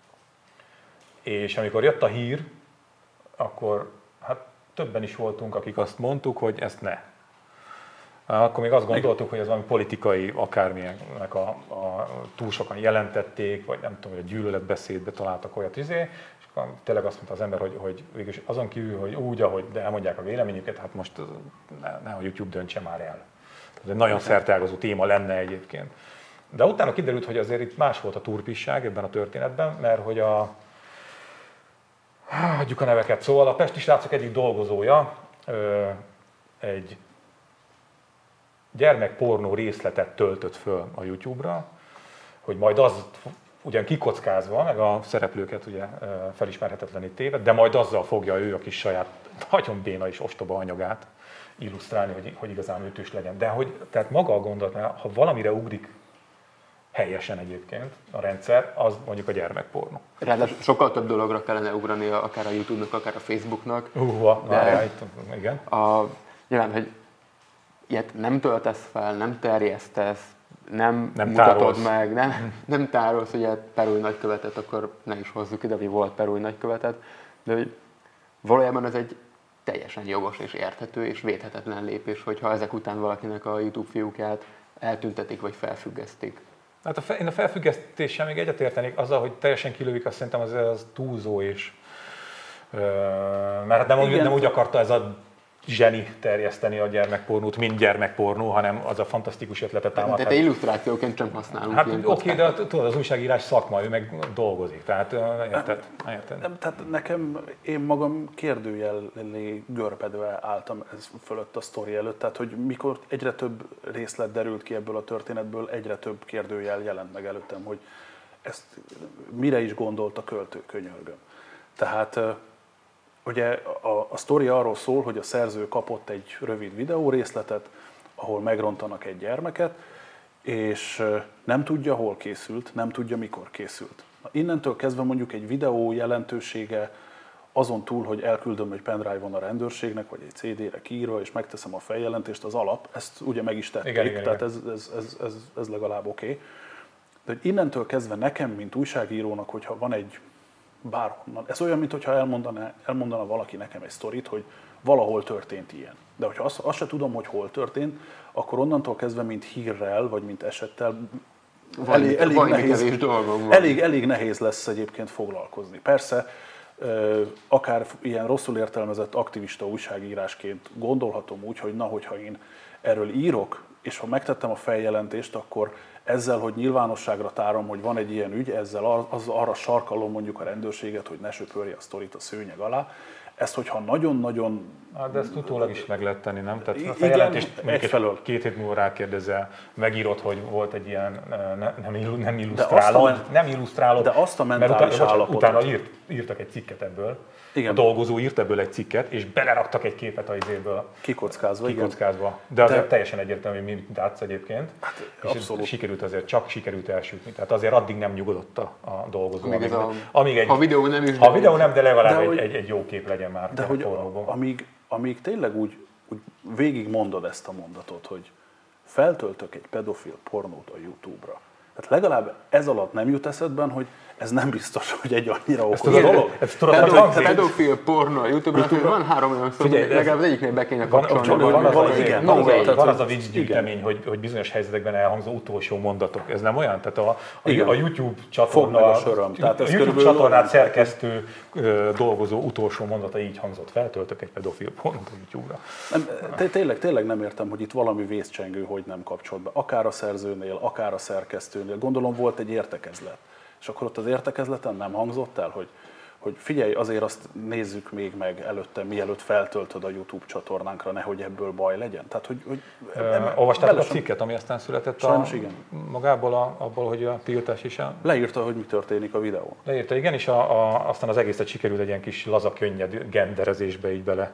És amikor jött a hír, akkor hát többen is voltunk, akik azt mondtuk, hogy ezt ne. Akkor még azt gondoltuk, hogy ez valami politikai akármilyennek a, a túl sokan jelentették, vagy nem tudom, hogy a gyűlöletbeszédbe találtak olyat izé, és akkor tényleg azt mondta az ember, hogy, hogy végülis azon kívül, hogy úgy, ahogy de elmondják a véleményüket, hát most ne, ne a YouTube döntse már el. Ez egy nagyon szerteágazó téma lenne egyébként. De utána kiderült, hogy azért itt más volt a turpisság ebben a történetben, mert hogy a hagyjuk a neveket. Szóval a Pesti srácok egyik dolgozója ö, egy gyermekpornó részletet töltött föl a YouTube-ra, hogy majd az ugyan kikockázva, meg a szereplőket ugye felismerhetetlenné téve, de majd azzal fogja ő a kis saját nagyon béna és ostoba anyagát illusztrálni, hogy, hogy igazán ütős legyen. De hogy, tehát maga a gondolat, ha valamire ugrik helyesen egyébként a rendszer, az mondjuk a gyermekpornó. Ráadásul sokkal több dologra kellene ugrani, akár a YouTube-nak, akár a Facebooknak. Húha, de várjál, itt, igen. A, nyilván, hogy ilyet nem töltesz fel, nem terjesztesz, nem, nem mutatod tárolsz. meg, nem, nem tárolsz, ugye Perúj nagykövetet, akkor ne is hozzuk ide, hogy volt Perúj nagykövetet, de hogy valójában ez egy teljesen jogos és érthető és védhetetlen lépés, hogyha ezek után valakinek a YouTube fiúkját eltüntetik vagy felfüggesztik. Hát a fe, én a felfüggesztéssel még egyetértenék, azzal, hogy teljesen kilődik, azt szerintem az, az túlzó is. Mert nem, úgy, nem úgy akarta ez a zseni terjeszteni a gyermekpornót, mint gyermekpornó, hanem az a fantasztikus ötletet támad. Tehát illusztrációként sem használunk. Hát oké, okay, de tudod, az újságírás szakma, ő meg dolgozik, tehát érted? érted? Nem, tehát nekem, én magam kérdőjellé görpedve álltam ez fölött a sztori előtt, tehát hogy mikor egyre több részlet derült ki ebből a történetből, egyre több kérdőjel jelent meg előttem, hogy ezt mire is gondolt a költő, könyörgöm. Tehát ugye a, a sztori arról szól, hogy a szerző kapott egy rövid videórészletet, ahol megrontanak egy gyermeket, és nem tudja, hol készült, nem tudja, mikor készült. Na, innentől kezdve mondjuk egy videó jelentősége azon túl, hogy elküldöm egy pendrive-on a rendőrségnek, vagy egy cé dére kiírva, és megteszem a feljelentést, az alap, ezt ugye meg is tették, igen, igen, tehát igen. Ez, ez, ez, ez, ez legalább oké. Okay. De innentől kezdve nekem, mint újságírónak, hogyha van egy bárhonnan. Ez olyan, mintha elmondana, elmondana valaki nekem egy sztorit, hogy valahol történt ilyen. De hogyha azt, azt se tudom, hogy hol történt, akkor onnantól kezdve, mint hírrel, vagy mint esettel, Van, elég, elég, van nehéz, dolgom elég, elég nehéz lesz egyébként foglalkozni. Persze, akár ilyen rosszul értelmezett aktivista újságírásként gondolhatom úgy, hogy na, hogyha én erről írok, és ha megtettem a feljelentést, akkor ezzel, hogy nyilvánosságra tárom, hogy van egy ilyen ügy, ezzel az, arra sarkalom mondjuk a rendőrséget, hogy ne söpörje a sztorit a szőnyeg alá. Ezt, hogyha nagyon-nagyon... Hát de ezt utólag is meg lehet tenni, nem? Tehát a feljelentést egyfelől két hét múlva rákérdezel, megírod, hogy volt egy ilyen ne, nem, nem illusztrálod, men- nem illusztrálod, de azt a mentális mert utána, állapotot. utána írt, írtak egy cikket ebből, igen. A dolgozó írt ebből egy cikket, és beleraktak egy képet az izéből. Kikockázva, Kikockázva. igen. De azért de... teljesen egyértelmű, hogy mit látsz egyébként. Hát, és abszolút. Sikerült azért, csak sikerült elsütni. Tehát azért addig nem nyugodott a, a dolgozó. Amíg, amíg, a, amíg egy, ha videó nem is. Ha videó nem, de legalább de egy, hogy, egy, egy jó kép legyen már. De hogy amíg, amíg tényleg úgy, úgy végig mondod ezt a mondatot, hogy feltöltök egy pedofil pornót a YouTube-ra. Tehát legalább ez alatt nem jut eszedben, hogy ez nem biztos, hogy egy annyira okos dolog. Ez tudod, hogy hangzik? Pedofil pornó a YouTube-ra, YouTube van három olyan szó, hogy legalább az egyiknél be kéne kapcsolni. Van, van, az, az, igen, van, igen, az, van az a vicc gyűjtemény, hogy, hogy bizonyos helyzetekben elhangzó utolsó mondatok. Ez nem olyan? Tehát a, a, a YouTube csatorna, a, Tehát a YouTube csatornát szerkesztő dolgozó utolsó mondata így hangzott. Feltöltök egy pedofil pornót a YouTube-ra. Nem, tényleg, tényleg nem értem, hogy itt valami vészcsengő, hogy nem kapcsolt be. Akár a szerzőnél, akár a szerkesztőnél. Gondolom volt egy értekezlet. És akkor ott az értekezleten nem hangzott el, hogy, hogy figyelj, azért azt nézzük még meg előtte, mielőtt feltöltöd a YouTube csatornánkra, nehogy ebből baj legyen. Tehát, hogy, hogy olvastátok a cikket, ami aztán született Sajnos, a, igen. magából, a, abból, hogy a tiltás is a... Leírta, hogy mi történik a videón. Leírta, igen, és a, a, aztán az egészet sikerült egy ilyen kis laza, könnyed genderezésbe így bele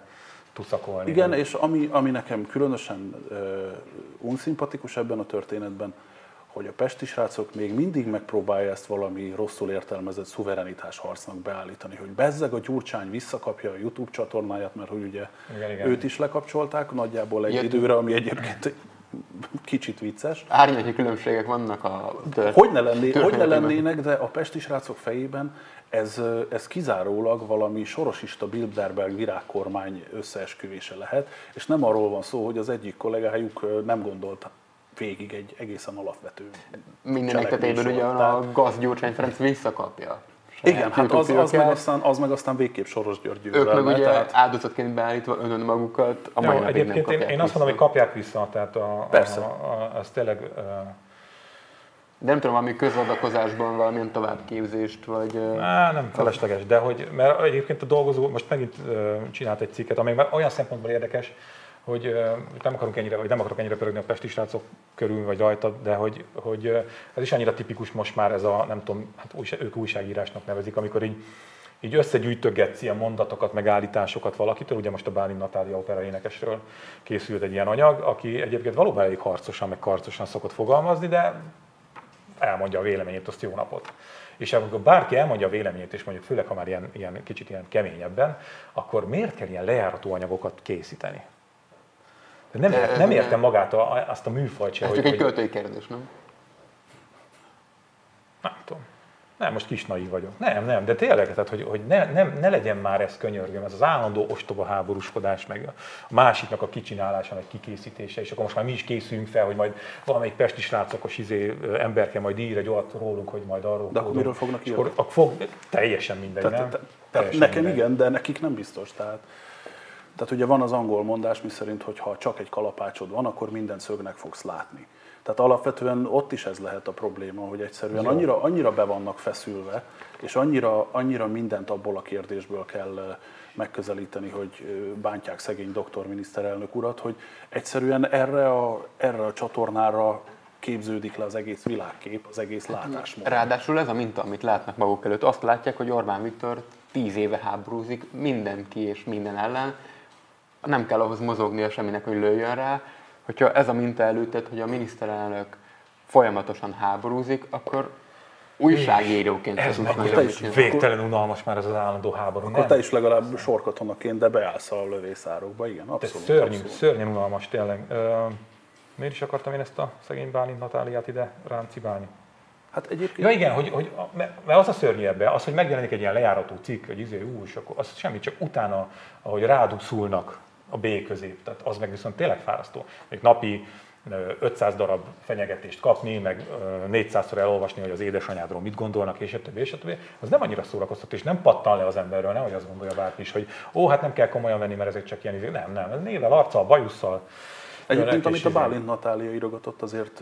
tuszakolni. Igen, és ami, ami nekem különösen uh, unszimpatikus ebben a történetben, hogy a pesti srácok még mindig megpróbálja ezt valami rosszul értelmezett szuverenitás harcnak beállítani, hogy bezzeg a Gyurcsány visszakapja a YouTube csatornáját, mert hogy ugye igen, igen. őt is lekapcsolták nagyjából egy Ilyet időre, ami egyébként kicsit vicces. Árnyalati különbségek vannak a tört, Hogy ne, lenné, hogy ne lennének, de a pesti srácok fejében ez, ez kizárólag valami sorosista Bilderberg virágkormány összeesküvése lehet, és nem arról van szó, hogy az egyik kollégájuk nem gondolta végig egy egészen alapvető Mindenek tetejében ugye a Gaz Gyurcsány Ferenc visszakapja. Igen, hát az, az, meg aztán, az meg aztán végképp Soros György győzelme. Ők meg ugye tehát... áldozatként beállítva önön magukat, a mai Jó, napig egyébként nem én, én azt mondom, hogy kapják vissza, tehát a, Persze. A, a, az tényleg... Uh... De nem tudom, valami közadakozásban valamilyen továbbképzést, vagy... Á, nem felesleges, de hogy, mert egyébként a dolgozó most megint uh, csinált egy cikket, amely már olyan szempontból érdekes, hogy uh, nem akarunk ennyire, vagy nem akarok ennyire pörögni a pesti srácok körül, vagy rajta, de hogy, hogy uh, ez is annyira tipikus most már ez a, nem tudom, hát újság, ők újságírásnak nevezik, amikor így, így összegyűjtögetsz ilyen mondatokat, megállításokat valakitől, ugye most a Bálint Natália opera énekesről készült egy ilyen anyag, aki egyébként valóban elég harcosan, meg karcosan szokott fogalmazni, de elmondja a véleményét, azt jó napot. És amikor bárki elmondja a véleményét, és mondjuk főleg, ha már ilyen, ilyen kicsit ilyen keményebben, akkor miért kell ilyen lejárató anyagokat készíteni? Nem, de, nem értem magát a, azt a műfajt se. Ez hogy, csak egy hogy... költői kérdés, nem? Nem tudom. Nem, most kis naív vagyok. Nem, nem, de tényleg, tehát, hogy, hogy ne, nem, ne legyen már ez, könyörgöm, ez az állandó ostoba háborúskodás, meg a másiknak a kicsinálása, meg kikészítése, és akkor most már mi is készülünk fel, hogy majd valamelyik pesti srácokos izé, emberke majd ír egy olyat rólunk, hogy majd arról de akkor miről fognak írni? Akkor, akkor fog, teljesen mindegy, tehát, nem? Te, teljesen nekem mindegy. igen, de nekik nem biztos. Tehát, tehát ugye van az angol mondás, miszerint, hogy ha csak egy kalapácsod van, akkor minden szögnek fogsz látni. Tehát alapvetően ott is ez lehet a probléma, hogy egyszerűen annyira, annyira be vannak feszülve, és annyira, annyira mindent abból a kérdésből kell megközelíteni, hogy bántják szegény doktor miniszterelnök urat, hogy egyszerűen erre a, erre a csatornára képződik le az egész világkép, az egész látásmód. Ráadásul ez a minta, amit látnak maguk előtt, azt látják, hogy Orbán Viktor tíz éve háborúzik mindenki és minden ellen, nem kell ahhoz mozognia semminek, hogy lőjön rá. Hogyha ez a minta előtted, hogy a miniszterelnök folyamatosan háborúzik, akkor újságíróként ez tudunk meg nagyon is végtelen unalmas már ez az állandó háború. Akkor nem? te is legalább sorkatonaként, de beállsz a lövészárokba, igen, abszolút. De szörnyű, abszolút. szörnyen unalmas tényleg. Uh, miért is akartam én ezt a szegény Bálint Natáliát ide rám cibálni? Hát egyébként... Ja igen, hogy, hogy, mert az a szörnyű ebbe, az, hogy megjelenik egy ilyen lejárató cikk, hogy izé, ú, és akkor az semmi, csak utána, ahogy ráduszulnak a B közép, tehát az meg viszont tényleg fárasztó. Még napi ötszáz darab fenyegetést kapni, meg négyszázszor elolvasni, hogy az édesanyádról mit gondolnak, és a többi, és a többi, az nem annyira szórakoztató, és nem pattan le az emberről, nem, hogy azt gondolja bárki is, hogy ó, hát nem kell komolyan venni, mert ezek csak ilyen, nem, nem, névvel, arccal, bajusszal. Egyébként, amit a Bálint Natália írogatott, azért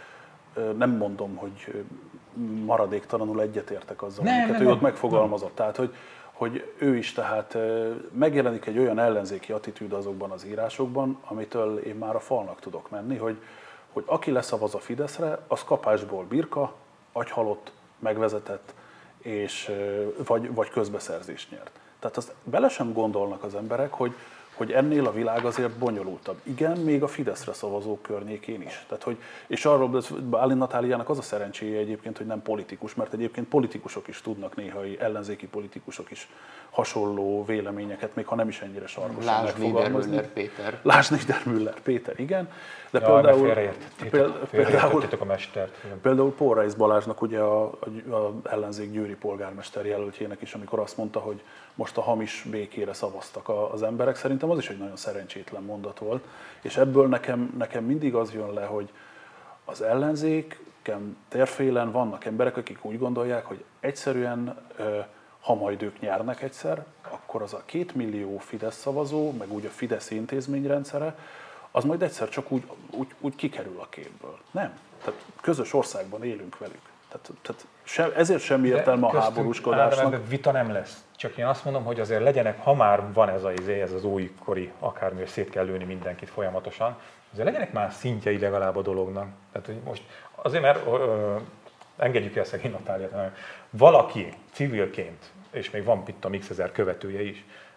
nem mondom, hogy maradéktalanul egyetértek azzal, nem, amiket nem, ő ott megfogalmazott. Tehát, hogy, hogy ő is tehát megjelenik egy olyan ellenzéki attitűd azokban az írásokban, amitől én már a falnak tudok menni, hogy, hogy aki leszavaz a Fideszre, az kapásból birka, agyhalott, megvezetett, és, vagy, vagy közbeszerzést nyert. Tehát azt bele sem gondolnak az emberek, hogy hogy ennél a világ azért bonyolultabb. Igen, még a Fideszre szavazók környékén is. Tehát, hogy, és arról Bálint Natáliának az a szerencséje egyébként, hogy nem politikus, mert egyébként politikusok is tudnak néha, ellenzéki politikusok is hasonló véleményeket, még ha nem is ennyire sarkosan megfogalmazni. Lásd Péter. Lásd Niedermüller Péter, igen. De Jaj, például, például, például, a mestert. Például Paul Reisz Balázsnak, ugye a, a, a ellenzék győri polgármester jelöltjének is, amikor azt mondta, hogy most a hamis békére szavaztak az emberek, szerintem az is egy nagyon szerencsétlen mondat volt. És ebből nekem, nekem mindig az jön le, hogy az ellenzéken térfélen vannak emberek, akik úgy gondolják, hogy egyszerűen, ha majd ők nyernek egyszer, akkor az a két millió Fidesz szavazó, meg úgy a Fidesz intézményrendszere, az majd egyszer csak úgy, úgy, úgy kikerül a képből. Nem. Tehát közös országban élünk velük. Tehát, tehát sem, ezért semmi értelme a háborúskodásnak. De vita nem lesz. Csak én azt mondom, hogy azért legyenek, ha már van ez, a, ez az újkori akármi, hogy szét kell lőni mindenkit folyamatosan, azért legyenek már szintjei legalább a dolognak. Tehát, hogy most azért, mert ö, engedjük el szegény Natáliát, valaki civilként, és még van itt a Mix ezer követője is,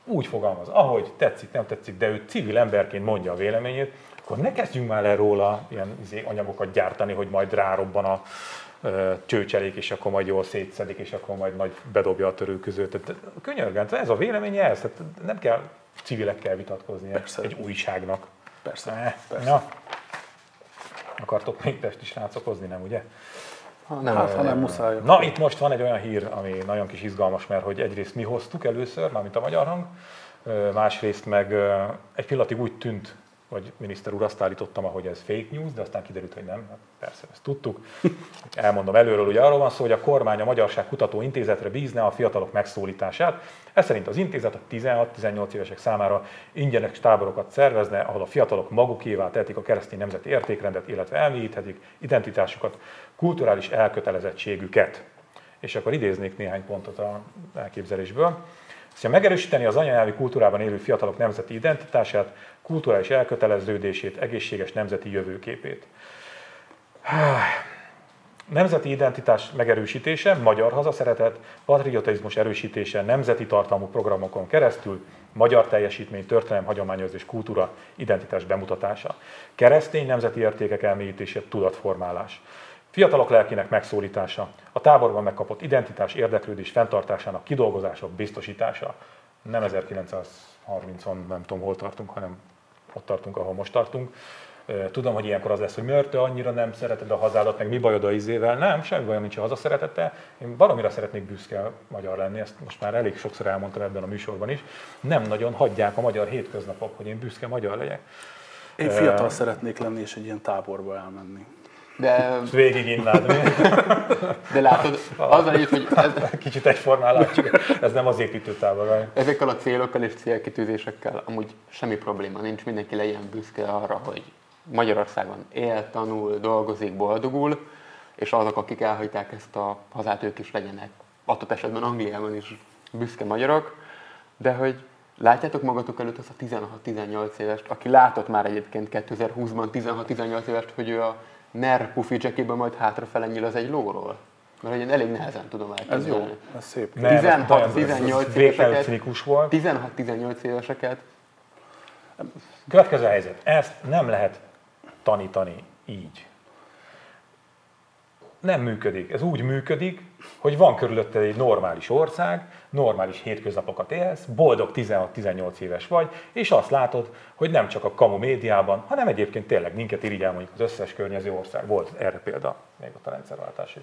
úgy fogalmaz, ahogy tetszik, nem tetszik, de ő civil emberként mondja a véleményét, akkor ne kezdjünk már el róla ilyen anyagokat gyártani, hogy majd rárobban a csőcselék, és akkor majd jól szétszedik, és akkor majd, majd bedobja a törőközőt. Tehát könyörgön, ez a véleménye ez, tehát nem kell civilekkel vitatkozni persze. Egy újságnak. Persze, eh, persze. Na. Akartok még testi srácok hozni, nem ugye? Ha nem, hát, ha nem muszáj. Na, itt most van egy olyan hír, ami nagyon kis izgalmas, mert hogy egyrészt mi hoztuk először, mármint a Magyar Hang, másrészt meg egy pillanatig úgy tűnt, vagy miniszter úr azt állította ma, hogy ez fake news, de aztán kiderült, hogy nem, hát persze ezt tudtuk. Elmondom előről, ugye arról van szó, hogy a kormány a Magyarság Kutató Intézetre bízná a fiatalok megszólítását. Ez szerint az intézet a tizenhat-tizennyolc évesek számára ingyenes táborokat szervezne, ahol a fiatalok magukévá tehetik a keresztény nemzeti értékrendet, illetve elmélyíthetik identitásukat, kulturális elkötelezettségüket. És akkor idéznék néhány pontot az elképzelésből. Szóval megerősíteni az anyanyelvi kultúrában élő fiatalok nemzeti identitását, kulturális elköteleződését, egészséges nemzeti jövőképét. Nemzeti identitás megerősítése, magyar hazaszeretet, patriotizmus erősítése nemzeti tartalmú programokon keresztül, magyar teljesítmény, történelem, hagyományozás, kultúra, identitás bemutatása, keresztény nemzeti értékek elmélyítése, tudatformálás. Fiatalok lelkének megszólítása, a táborban megkapott identitás, érdeklődés fenntartásának kidolgozása, biztosítása. Nem ezerkilencszázharmincon, nem tudom hol tartunk, hanem ott tartunk, ahol most tartunk. Tudom, hogy ilyenkor az lesz, hogy miért te annyira nem szereted a hazádat, meg mi bajod a izével. Nem, semmi bajom nincs a hazaszeretettel. Én baromira szeretnék büszke magyar lenni, ezt most már elég sokszor elmondtam ebben a műsorban is. Nem nagyon hagyják a magyar hétköznapok, hogy én büszke magyar legyek. Én fiatal uh, szeretnék lenni, és egy ilyen táborba elmenni. De... Végig innád. De látod, az együtt, hogy... Ez... Kicsit egyformán látjuk, ez nem az építőtábor. Ezekkel a célokkal és célkitűzésekkel amúgy semmi probléma nincs, mindenki legyen büszke arra, hogy Magyarországon él, tanul, dolgozik, boldogul, és azok, akik elhagyták ezt a hazát, ők is legyenek, adott esetben Angliában is büszke magyarok, de hogy látjátok magatok előtt azt a tizenhat-tizennyolc évest, aki látott már egyébként kétezer-húszban tizenhat-tizennyolc évest, hogy ő a en e er pufi jackében majd hátrafele nyilaz egy lóról? Mert én elég nehezen tudom elképzelni. Ez jó, ez szép. tizenhat-tizennyolc éveseket, volt. tizenhat-tizennyolc éveseket. Következő helyzet. Ezt nem lehet tanítani így. Nem működik. Ez úgy működik, hogy van körülötted egy normális ország, normális hétköznapokat élsz, boldog tizenhat-tizennyolc éves vagy, és azt látod, hogy nem csak a kamu médiában, hanem egyébként tényleg minket irigyel mondjuk az összes környező ország. Volt erre példa, még ott a rendszerváltás.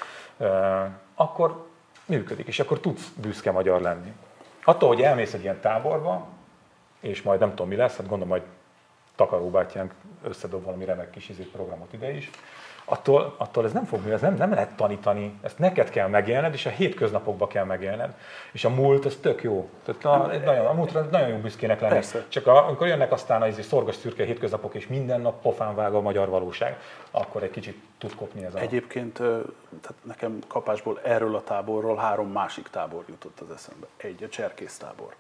Akkor működik, és akkor tudsz büszke magyar lenni. Attól, hogy elmész egy ilyen táborba, és majd nem tudom mi lesz, hát gondolom, majd takaróbátyánk összedob valami remek kis izét programot ide is, attól, attól ez nem fog működni, ez nem, nem lehet tanítani, ezt neked kell megélned, és a hétköznapokban kell megélned. És a múlt, ez tök jó. Tehát a, nagyon, a múltra nagyon jó büszkének lenni. Persze. Csak a, amikor jönnek aztán az szorgos szürke hétköznapok, és minden nap pofán vág a magyar valóság, akkor egy kicsit tud kopni ez a... Egyébként tehát nekem kapásból erről a táborról három másik tábor jutott az eszembe. Egy, a cserkész tábor.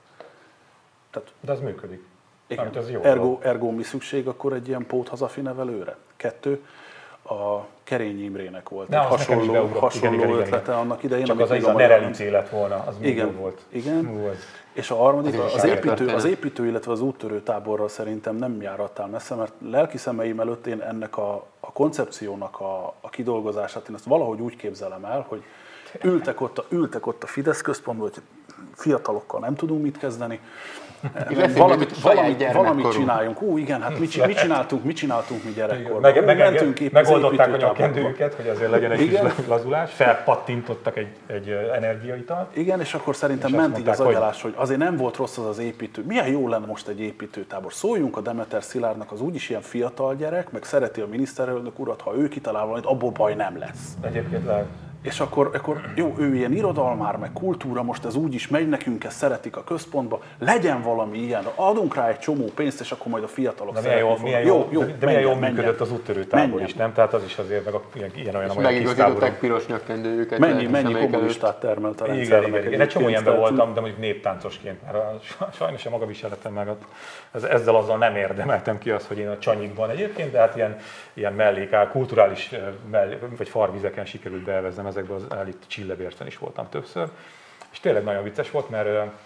Tehát, de ez működik. Igen. Ez jó ergo, ergo mi szükség akkor egy ilyen póthazafi nevelőre? Kettő, a Kerényi Imrének volt de egy hasonló, hasonló igen, ötlete igen. Annak idején. Csak az a Nerelice lett volna, az igen, még volt. Igen, volt. És a harmadik, az, az, építő, az építő, illetve az úttörő táborral szerintem nem járattál messze, mert lelki szemeim előtt én ennek a, a koncepciónak a, a kidolgozását, én ezt valahogy úgy képzelem el, hogy ültek ott a, ültek ott a Fidesz központban, hogy fiatalokkal nem tudunk mit kezdeni, valamit, valamit, valamit csináljunk. Ú, igen, hát mit, mit csináltunk, mit csináltunk mi gyerekkorban? Meg, meg, meg, megoldották a nyakendőjüket, hogy azért legyen egy igen. kis lazulás, felpattintottak egy, egy energiaitalt. Igen, és akkor szerintem és ment így az agyalás, hogy azért nem volt rossz az az építő. Milyen jó lenne most egy építőtábor. Szóljunk a Demeter Szilárdnak, az úgyis ilyen fiatal gyerek, meg szereti a miniszterelnök urat, ha ő kitalál valamit, abból baj nem lesz. Egyébként lehet. És akkor, akkor jó, ő ilyen irodalmár, meg kultúra, most ez úgyis megy nekünk, ezt szeretik a központba, legyen valami ilyen, adunk rá egy csomó pénzt, és akkor majd a fiatalok szeretnek. Milyen jó, jó, jó, de, de milyen jól működött az úttörő tábor is, nem? Tehát az is azért, meg a, ilyen, ilyen olyan, olyan kis táborok. Piros nyakkendőjüket. Mennyi, mennyi kommunistát termelt a rendszer. Igen, igen, igen. Egy csomó ilyenben voltam, de mondjuk néptáncosként, mert sajnos a maga viseletem meg ezzel azzal nem érdemeltem ki azt, hogy én a Csanyikban egyébként, de hát ilyen, ilyen mellékál, kulturális mellé, vagy farvizeken sikerült beelveznem ezekbe az állít Csillebércen is voltam többször. És tényleg nagyon vicces volt, mert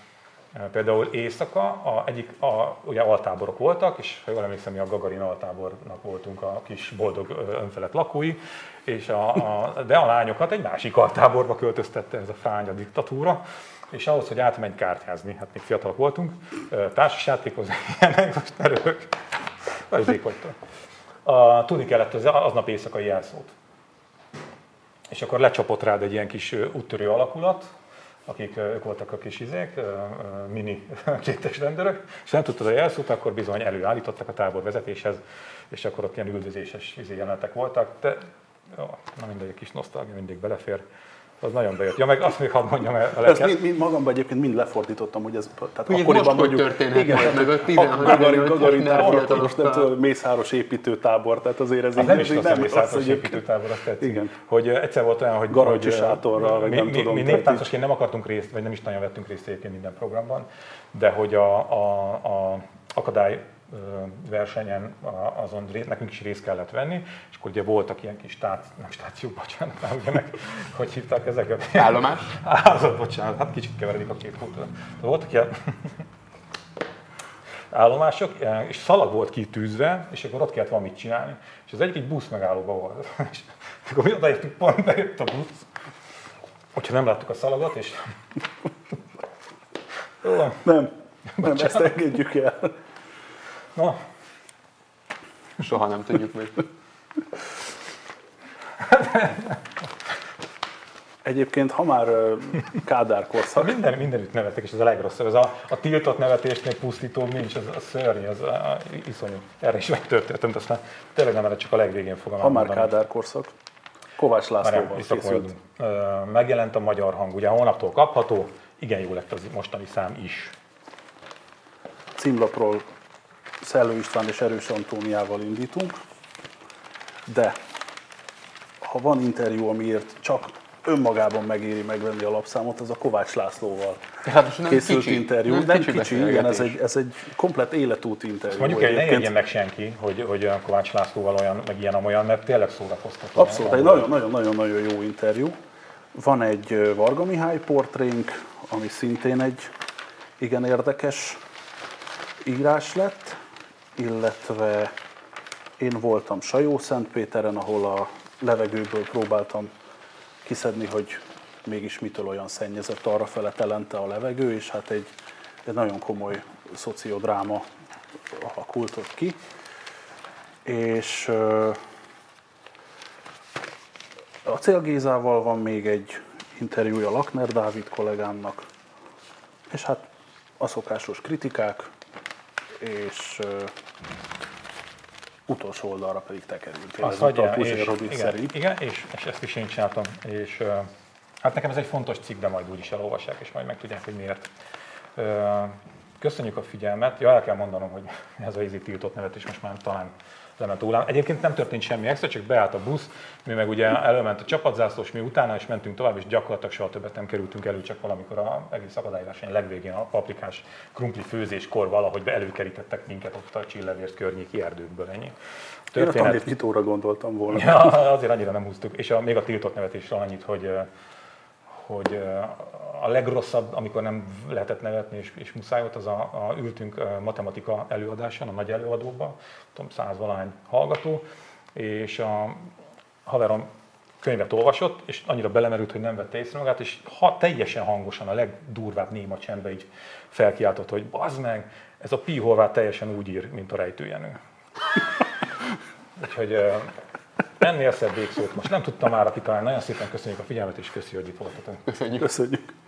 Például éjszaka a, egyik, a, ugye altáborok voltak, és ha jól emlékszem, mi a Gagarin altábornak voltunk a kis boldog önfelett lakói, és a, a, de a lányokat egy másik altáborba költöztette ez a fánya diktatúra, és ahhoz, hogy átmenj kártyázni, hát még fiatalok voltunk, társasjátékozni, ilyenek, most ne röhög, vagy vagytok. Tudni kellett az aznap éjszakai jelszót. És akkor lecsapott rád egy ilyen kis úttörő alakulat, akik ők voltak a kis izék, mini kétes rendőrök, és nem tudtad a jelszót, akkor bizony előállítottak a táborvezetéshez, és akkor ott ilyen üldözéses izé jelenetek voltak, de jó, na mindegy, egy kis nosztalgia mindig belefér. Az nagyon bejött. Ja, meg azt még hadd mondjam el a Ezt mind, mind magamban egyébként mind lefordítottam, hogy ez, tehát ugye akkoriban most mondjuk, történhet igen, majd, meg a tizenhat Gagarin, Gagarin tábor, most nem fiatalok. tudom, Mészáros építőtábor, tehát azért ez az így nem is így rossz a Mészáros hogy építőtábor, azt tetszik. Igen. Hogy egyszer volt olyan, hogy Garancsi hogy, sátorral, vagy mi, nem mi, tudom. Mi tehát néptáncosként nem akartunk részt, vagy nem is nagyon vettünk részt egyébként minden programban, de hogy a, a, a akadály versenyen azon nekünk is részt kellett venni, és akkor ugye voltak ilyen kis stác, nem stációk, bocsánat, nem, ugye meg, hogy hívták ezeket? Állomás? Állomás, bocsánat, hát kicsit keveredik a két kultúra. Voltak ilyen állomások, és szalag volt kitűzve, és akkor ott kellett valamit csinálni. És az egyik egy busz megállóban volt. És akkor mi odaértünk, pont bejött a busz, hogyha nem láttuk a szalagot, és... Jó, Nem, nem, ezt engedjük el. na, Soha nem tudjuk még. Egyébként, ha már uh, Kádár korszak, minden, mindenütt nevetek, és ez a legrosszabb. Ez a, a tiltott nevetésnél pusztítóbb nincs, az a szörnyű, az a, a, iszonyú. Erre is megtörtént, aztán tényleg nem, csak a legvégén fogom ha már elmondani. Kádár korszak, Kovács Lászlóval készült. Megjelent a Magyar Hang, ugye holnaptól kapható, igen jó lett az mostani szám is. Címlapról Szellő István és Erős Antóniával indítunk, de ha van interjú, amiért csak önmagában megéri megvenni a lapszámot, az a Kovács Lászlóval Hát nem készült kicsi, interjú. nem Nem kicsi kicsi, igen, ez egy, ez egy komplet életúti interjú. Mondjuk el, ne egyébként. érjen meg senki, hogy, hogy a Kovács Lászlóval olyan, meg ilyen olyan, mert tényleg szórakoztató. Abszolút, egy nagyon-nagyon jó interjú. Van egy Varga Mihály portrénk, ami szintén egy igen érdekes írás lett, illetve én voltam Sajó-Szentpéteren, ahol a levegőből próbáltam kiszedni, hogy mégis mitől olyan szennyezett, arrafele telente a levegő, és hát egy, egy nagyon komoly szociodráma alakult ott ki. És a Cél Gézával van még egy interjúja Lakner Dávid kollégámnak, és hát a szokásos kritikák, és uh, utolsó oldalra pedig te kerültél. Azt hagyja, és, igen, igen és, és ezt is én csináltam. És, uh, hát nekem ez egy fontos cikk, de majd úgyis elolvassák, és majd megtudják, hogy miért. Uh, köszönjük a figyelmet. Ja, el kell mondanom, hogy ez a ízi tiltott nevetés most már talán lement ólám. Egyébként nem történt semmi extra, csak beállt a busz, mi meg ugye előment a csapatzászlós, mi utána, és mentünk tovább, és gyakorlatilag soha többet nem kerültünk elő, csak valamikor az egész akadályverseny legvégén a paprikás krumpli főzéskor valahogy előkerítettek minket ott a Csillevért környéki erdőkből, ennyi. Történet... Én a tanítóra gondoltam volna. Ja, azért annyira nem húztuk, és a, még a tiltott nevetésről annyit, hogy, hogy a legrosszabb, amikor nem lehetett nevetni, és, és muszáj volt, az a, a ültünk matematika előadáson, a nagy előadóban, tudom, százvalány hallgató, és a haverom könyvet olvasott, és annyira belemerült, hogy nem vette észre magát, és ha, teljesen hangosan, a legdurvább néma csendbe így felkiáltott, hogy bazd meg, ez a Pi Horváth teljesen úgy ír, mint a Rejtőjenő. Úgyhogy ennél szebb végszót most nem tudtam már kitalálni. Nagyon szépen köszönjük a figyelmet, és köszi, hogy itt voltatok. Köszönjük. Köszönjük.